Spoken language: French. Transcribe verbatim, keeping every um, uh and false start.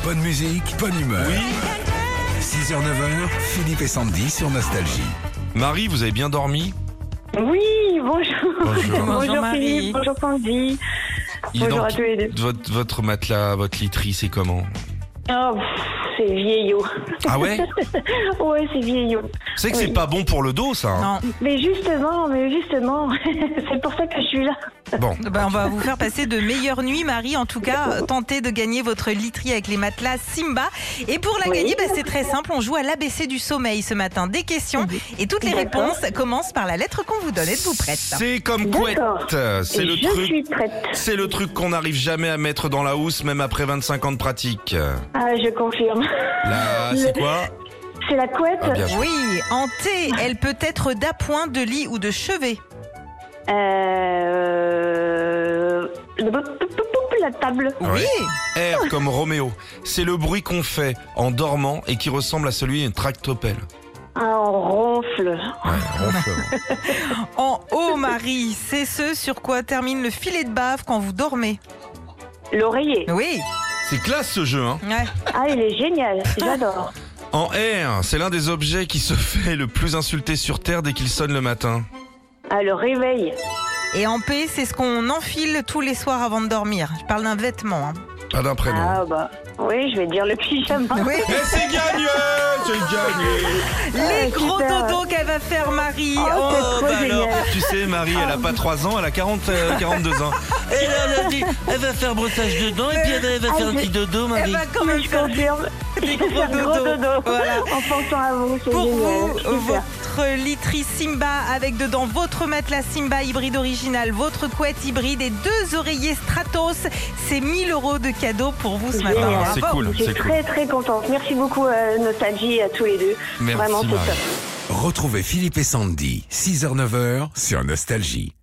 Bonne musique, bonne humeur. Oui. six heures neuf heures, Philippe et Sandy sur Nostalgie. Marie, vous avez bien dormi? Oui, bonjour. Bonjour. Bonjour Marie. Philippe, bonjour Sandy. Il est Bonjour dans- à tous les deux. Votre, votre matelas, votre literie, c'est comment? Oh, pff, c'est vieillot. Ah ouais? Ouais, c'est vieillot. C'est que Oui. c'est pas bon pour le dos, ça. Hein. Non, Mais justement, mais justement, c'est pour ça que je suis là. Bon, ben, on va vous faire passer de meilleures nuits, Marie. En tout cas, tentez de gagner votre literie avec les matelas Simba. Et pour la Oui. gagner, ben, c'est très simple. On joue à l'A B C du sommeil ce matin. Des questions et toutes les D'accord. réponses commencent par la lettre qu'on vous donne. Êtes-vous prête? c'est comme D'accord. couette. C'est Et le je truc. suis prête. C'est le truc qu'on n'arrive jamais à mettre dans la housse, même après vingt-cinq ans de pratique. Ah, je confirme. Là, c'est quoi? C'est la couette. Ah, bien joué. Oui, en T, elle peut être d'appoint, de lit ou de chevet. Euh... La table. Oui. R comme Roméo. C'est le bruit qu'on fait en dormant et qui ressemble à celui d'une tractopelle. Ah, on ronfle. Ouais, ronfle. En O, Marie, c'est ce sur quoi termine le filet de bave quand vous dormez. L'oreiller. Oui. C'est classe ce jeu, hein. Ouais. Ah, il est génial. J'adore. En R, c'est l'un des objets qui se fait le plus insulter sur Terre dès qu'il sonne le matin. Ah, le réveil. Et en P, c'est ce qu'on enfile tous les soirs avant de dormir. Je parle d'un vêtement. Hein. Pas d'un prénom. Ah, bah. Oui, je vais dire le pyjama. Oui. Et c'est gagné! C'est gagné! Les Ah, gros super. dodos qu'elle va faire, Marie. Oh, c'est trop bah alors, génial. tu sais, Marie, elle a pas trois ans, elle a quarante, euh, quarante-deux ans. Et là, elle, a dit, elle va faire brossage dedans et puis elle, elle va Ah, faire un je- petit dodo, Elle Marie. va quand même Je faire confirme. des Je vais gros faire gros dodos. dodo. Voilà. En pensant à vous, c'est Pour génial. vous, Super. votre literie Simba avec dedans votre matelas Simba hybride original, votre couette hybride et deux oreillers Stratos. C'est mille euros de cadeaux pour vous ce Génial. matin. Ah, c'est Bravo. cool, Je suis c'est cool. très très contente. Merci beaucoup euh, Nostalgie à tous les deux. Merci, Vraiment, c'est Marie. top. Retrouvez Philippe et Sandy, six heures neuf heures sur Nostalgie.